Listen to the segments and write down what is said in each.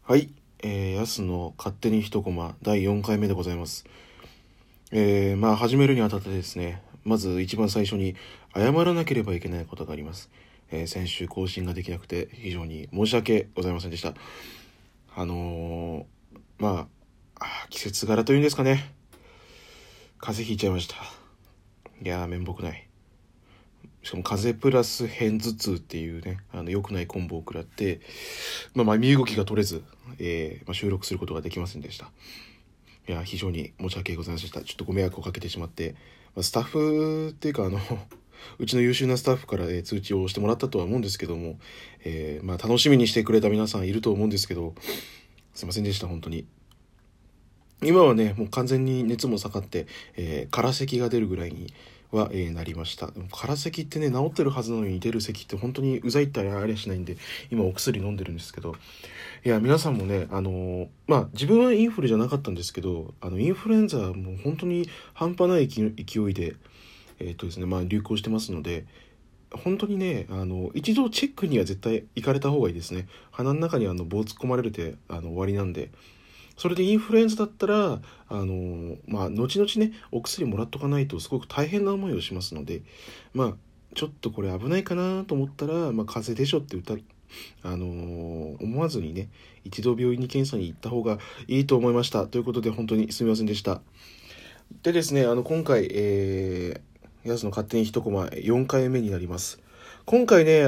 はい、やすの勝手に一コマ第4回目でございます。始めるにあたってですね、まず一番最初に謝らなければいけないことがあります。先週更新ができなくて非常に申し訳ございませんでした。あのーま季節柄というんですかね、風邪ひいちゃいました。いやー、めんぼくない。しかも風邪プラス片頭痛っていうね、良くないコンボを食らって、身動きが取れず、収録することができませんでした。いや、非常に申し訳ございませんでした。ちょっとご迷惑をかけてしまって、スタッフっていうか、うちの優秀なスタッフから、通知をしてもらったとは思うんですけども、楽しみにしてくれた皆さんいると思うんですけど、すいませんでした、本当に。今はね、もう完全に熱も下がって、空咳が出るぐらいには、なりました。でも空咳ってね、治ってるはずなのに出る咳って本当にうざいったらありゃしないんで、今お薬飲んでるんですけど、いや、皆さんもね、自分はインフルじゃなかったんですけど、インフルエンザはもう本当に半端ない勢いで、ですね、流行してますので、本当にね、一度チェックには絶対行かれた方がいいですね。鼻の中に棒突っ込まれるで、終わりなんで。それでインフルエンザだったら、後々ね、お薬もらっとかないとすごく大変な思いをしますので、ちょっとこれ危ないかなと思ったら、風邪でしょって思わずにね、一度病院に検査に行った方がいいと思いました。ということで、本当にすみませんでした。でですね、今回、やつの勝手に一コマ4回目になります。今回ね、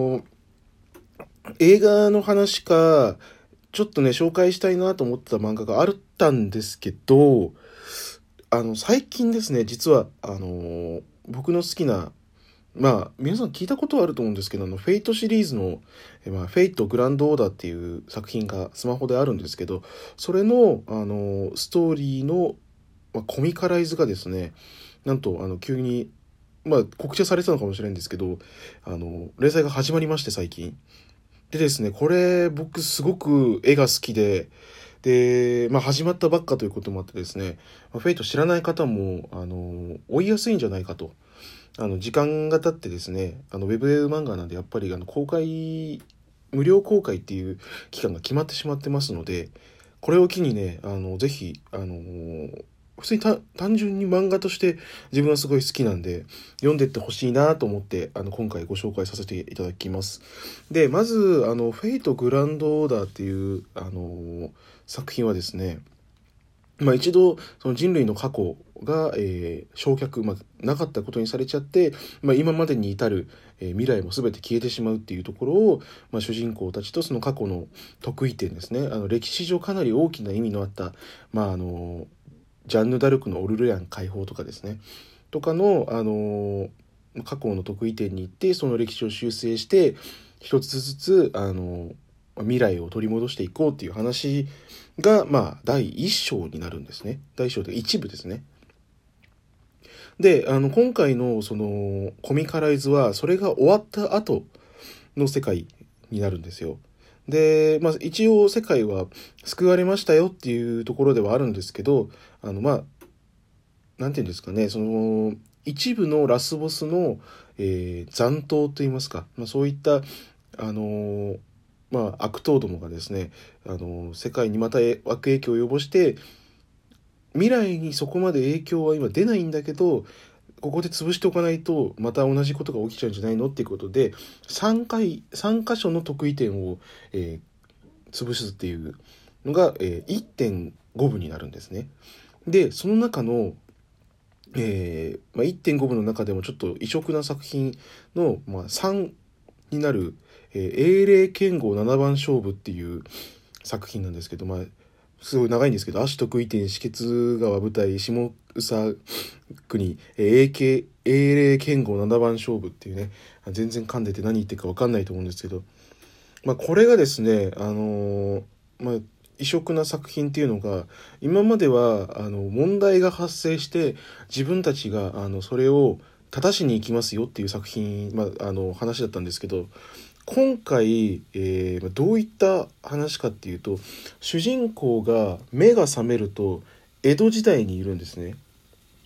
映画の話か、ちょっとね、紹介したいなと思ってた漫画があったんですけど、最近ですね、実は、僕の好きな、皆さん聞いたことはあると思うんですけど、フェイトシリーズの、フェイトグランドオーダーっていう作品がスマホであるんですけど、それの、ストーリーの、コミカライズがですね、なんと、急に、告知はされてたのかもしれないんですけど、連載が始まりまして、最近。でですね、これ、僕、すごく絵が好きで、始まったばっかということもあってですね、フェイト知らない方も、追いやすいんじゃないかと。時間が経ってですね、ウェブ漫画なんでやっぱり無料公開っていう期間が決まってしまってますので、これを機にね、ぜひ、普通に単純に漫画として自分はすごい好きなんで、読んでってほしいなと思って、今回ご紹介させていただきます。で、まず、フェイトグランドオーダーっていう、作品はですね、一度その人類の過去が、焼却、なかったことにされちゃって、今までに至る、未来も全て消えてしまうっていうところを、主人公たちとその過去の得意点ですね、歴史上かなり大きな意味のあった、ジャンヌ・ダルクのオルレアン解放とかですねとかの、過去の得意点に行ってその歴史を修正して一つずつ未来を取り戻していこうっていう話が、第一章になるんですね。第一章で一部ですね。で、今回のそのコミカライズは、それが終わった後の世界になるんですよ。で、一応世界は救われましたよっていうところではあるんですけど、なんていうんですかね、その、一部のラスボスの、残党といいますか、そういった、あのー悪党どもがですね、世界にまた悪影響を及ぼして、未来にそこまで影響は今出ないんだけど、ここで潰しておかないとまた同じことが起きちゃうんじゃないのっていうことで、3箇所の得意点を、潰すっていうのが、1.5 部になるんですね。で、その中の、1.5 部の中でもちょっと異色な作品の、3になる、英霊剣豪7番勝負っていう作品なんですけど、すごい長いんですけど、足得意点止血川舞台下総国、英霊剣豪7番勝負っていうね、全然噛んでて何言ってるか分かんないと思うんですけど、これがですね、異色な作品っていうのが、今までは問題が発生して自分たちがそれを正しに行きますよっていう作品、話だったんですけど、今回、どういった話かっていうと、主人公が目が覚めると江戸時代にいるんですね。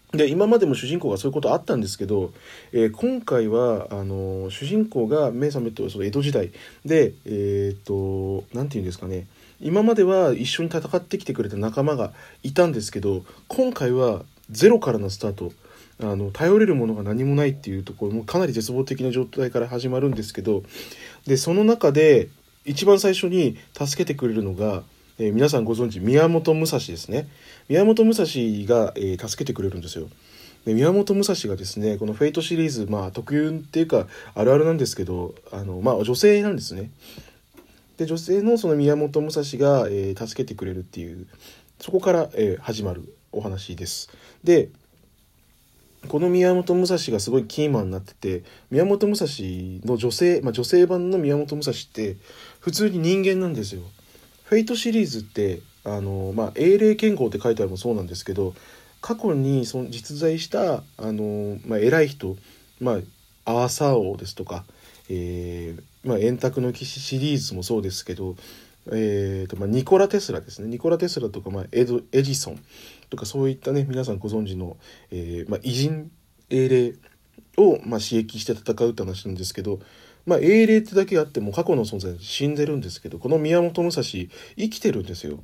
で今までも主人公がそういうことあったんですけど、今回は主人公が目覚めとその江戸時代でなんていうんですかね、今までは一緒に戦ってきてくれた仲間がいたんですけど、今回はゼロからのスタート、頼れるものが何もないっていうところもかなり絶望的な状態から始まるんですけど、でその中で一番最初に助けてくれるのが、皆さんご存知宮本武蔵ですね。宮本武蔵が、助けてくれるんですよ。で宮本武蔵がですね、このフェイトシリーズ、特有っていうかあるあるなんですけど、女性なんですね。で女性のその宮本武蔵が、助けてくれるっていう、そこから、始まるお話です。でこの宮本武蔵がすごいキーマンになってて、宮本武蔵の女性、女性版の宮本武蔵って普通に人間なんですよ。フェイトシリーズって英霊剣豪って書いてあるのもそうなんですけど、過去にその実在した偉い人、アーサー王ですとか、円卓の騎士シリーズもそうですけど、ニコラ・テスラですね。ニコラ・テスラとか、エジソンとか、そういったね皆さんご存知の、偉人英霊を、刺激して戦うって話なんですけど、英霊ってだけあっても過去の存在死んでるんですけど、この宮本武蔵生きてるんですよ。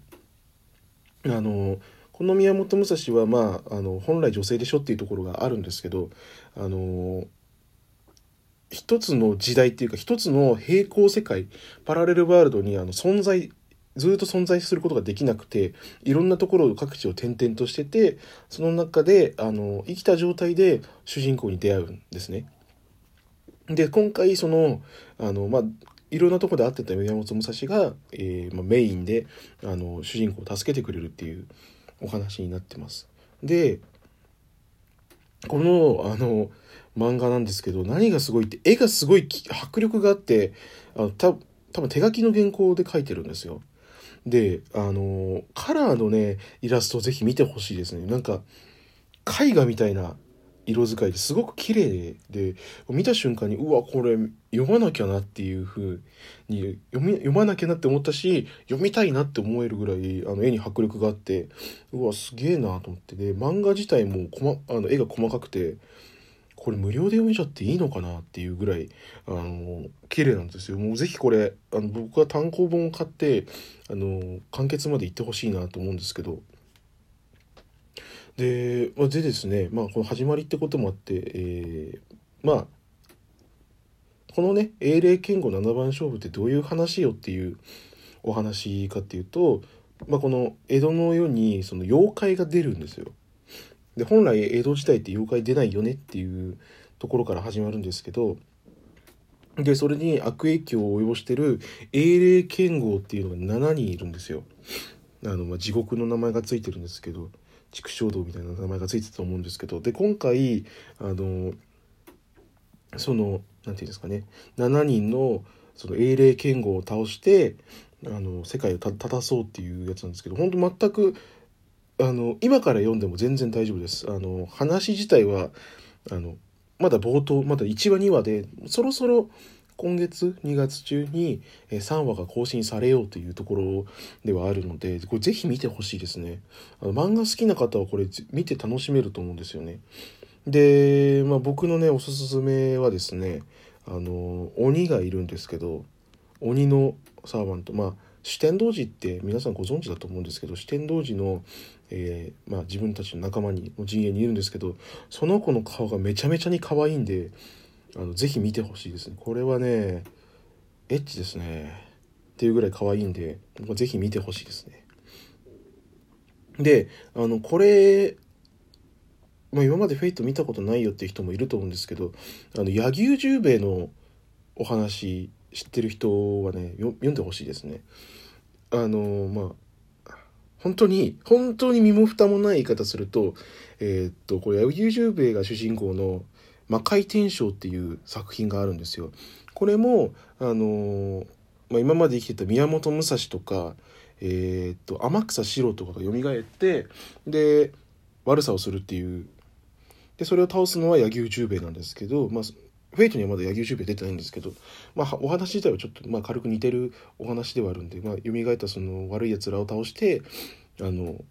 この宮本武蔵は本来女性でしょっていうところがあるんですけど、一つの時代っていうか一つの平行世界、パラレルワールドにずっと存在することができなくて、いろんなところを各地を転々としてて、その中で生きた状態で主人公に出会うんですね。で今回そのいろんなところで会ってた宮本武蔵が、メインで主人公を助けてくれるっていうお話になってます。でこの漫画なんですけど、何がすごいって絵がすごい迫力があって、多分手書きの原稿で描いてるんですよ。でカラーのねイラストをぜひ見てほしいですね。なんか絵画みたいな色使いですごく綺麗で、見た瞬間にうわこれ読まなきゃなっていう風に読まなきゃなって思ったし、読みたいなって思えるぐらい絵に迫力があって、うわすげえなと思って。で漫画自体も絵が細かくて、これ無料で読めちゃっていいのかなっていうぐらい綺麗なんですよ。もうぜひこれ僕は単行本を買って完結まで行ってほしいなと思うんですけど、でですね、この始まりってこともあって、このね英霊剣豪七番勝負ってどういう話よっていうお話かっていうと、この江戸の世にその妖怪が出るんですよ。で本来江戸時代って妖怪出ないよねっていうところから始まるんですけど、でそれに悪影響を及ぼしてる英霊剣豪っていうのが7人いるんですよ。地獄の名前がついてるんですけど、畜生道みたいな名前がついてたと思うんですけど、で今回そのなんていうんですかね、7人のその英霊剣豪を倒して世界を正そうっていうやつなんですけど、本当全く今から読んでも全然大丈夫です。話自体はまだ冒頭、まだ1話2話で、そろそろ今月2月中に3話が更新されようというところではあるので、これぜひ見てほしいですね。漫画好きな方はこれ見て楽しめると思うんですよね。で、僕のねおすすめはですね、鬼がいるんですけど、鬼のサーバント、四天王寺って皆さんご存知だと思うんですけど、四天王寺の、自分たちの仲間に陣営にいるんですけど、その子の顔がめちゃめちゃに可愛いんでぜひ見てほしいですね。これはねエッチですねっていうぐらい可愛いんで、ぜひ見てほしいですね。でこれ、今までフェイト見たことないよっていう人もいると思うんですけど、柳生十兵衛のお話知ってる人はね読んでほしいですね。本当に身も蓋もない言い方すると、これ柳生十兵衛が主人公の魔界天章っていう作品があるんですよ。これも今まで生きてた宮本武蔵とか天草四郎とかが蘇ってで悪さをするっていう、でそれを倒すのは柳生十兵衛なんですけど、フェイトにはまだ柳生十兵衛出てないんですけど、お話自体はちょっと軽く似てるお話ではあるんで、蘇ったその悪いやつらを倒して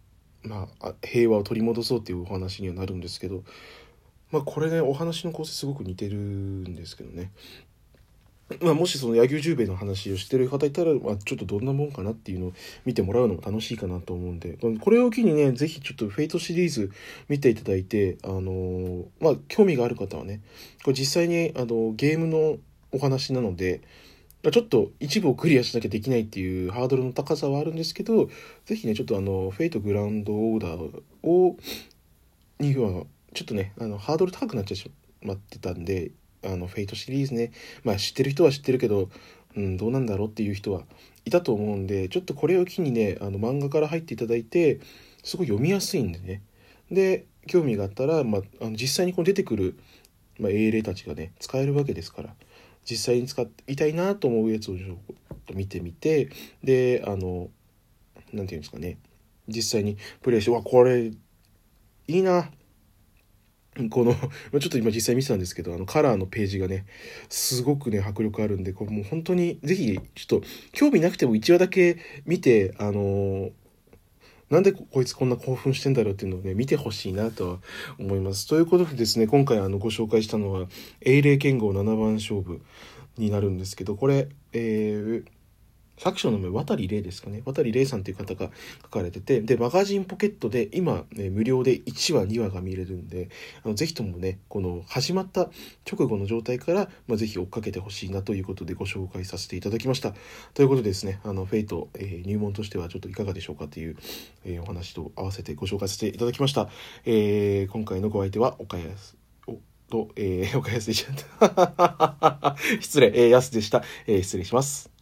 平和を取り戻そうっていうお話にはなるんですけど、これね、お話の構成すごく似てるんですけどね。もしその柳生十兵衛の話をしてる方いたら、ちょっとどんなもんかなっていうのを見てもらうのも楽しいかなと思うんで、これを機にね、ぜひちょっとフェイトシリーズ見ていただいて、興味がある方はね、これ実際にゲームのお話なので、ちょっと一部をクリアしなきゃできないっていうハードルの高さはあるんですけど、ぜひね、ちょっとフェイトグランドオーダーには、ちょっとね、ハードル高くなっちゃしまってたんで、フェイトシリーズね、知ってる人は知ってるけど、どうなんだろうっていう人はいたと思うんで、ちょっとこれを機にね、漫画から入っていただいて、すごい読みやすいんでね。で、興味があったら、実際にこう出てくる、英霊たちがね、使えるわけですから、実際に使いたいなと思うやつをちょっと見てみて、で、なんていうんですかね、実際にプレイして、これ、いいな、このちょっと今実際見てたんですけど、カラーのページがね、すごくね、迫力あるんで、これもう本当に、ぜひ、ちょっと、興味なくても1話だけ見て、なんでこいつこんな興奮してんだろうっていうのをね、見てほしいなとは思います。ということでですね、今回ご紹介したのは、英霊剣豪7番勝負になるんですけど、これ、作者の名前渡玲ですかね、渡玲さんという方が書かれてて、でマガジンポケットで今、無料で1話2話が見れるんで、ぜひともね、この始まった直後の状態から、ぜひ追っかけてほしいなということでご紹介させていただきました。ということでですね、フェイト、入門としてはちょっといかがでしょうかという、お話と合わせてご紹介させていただきました。今回のご相手は岡安岡安でした失礼、安でした、失礼します。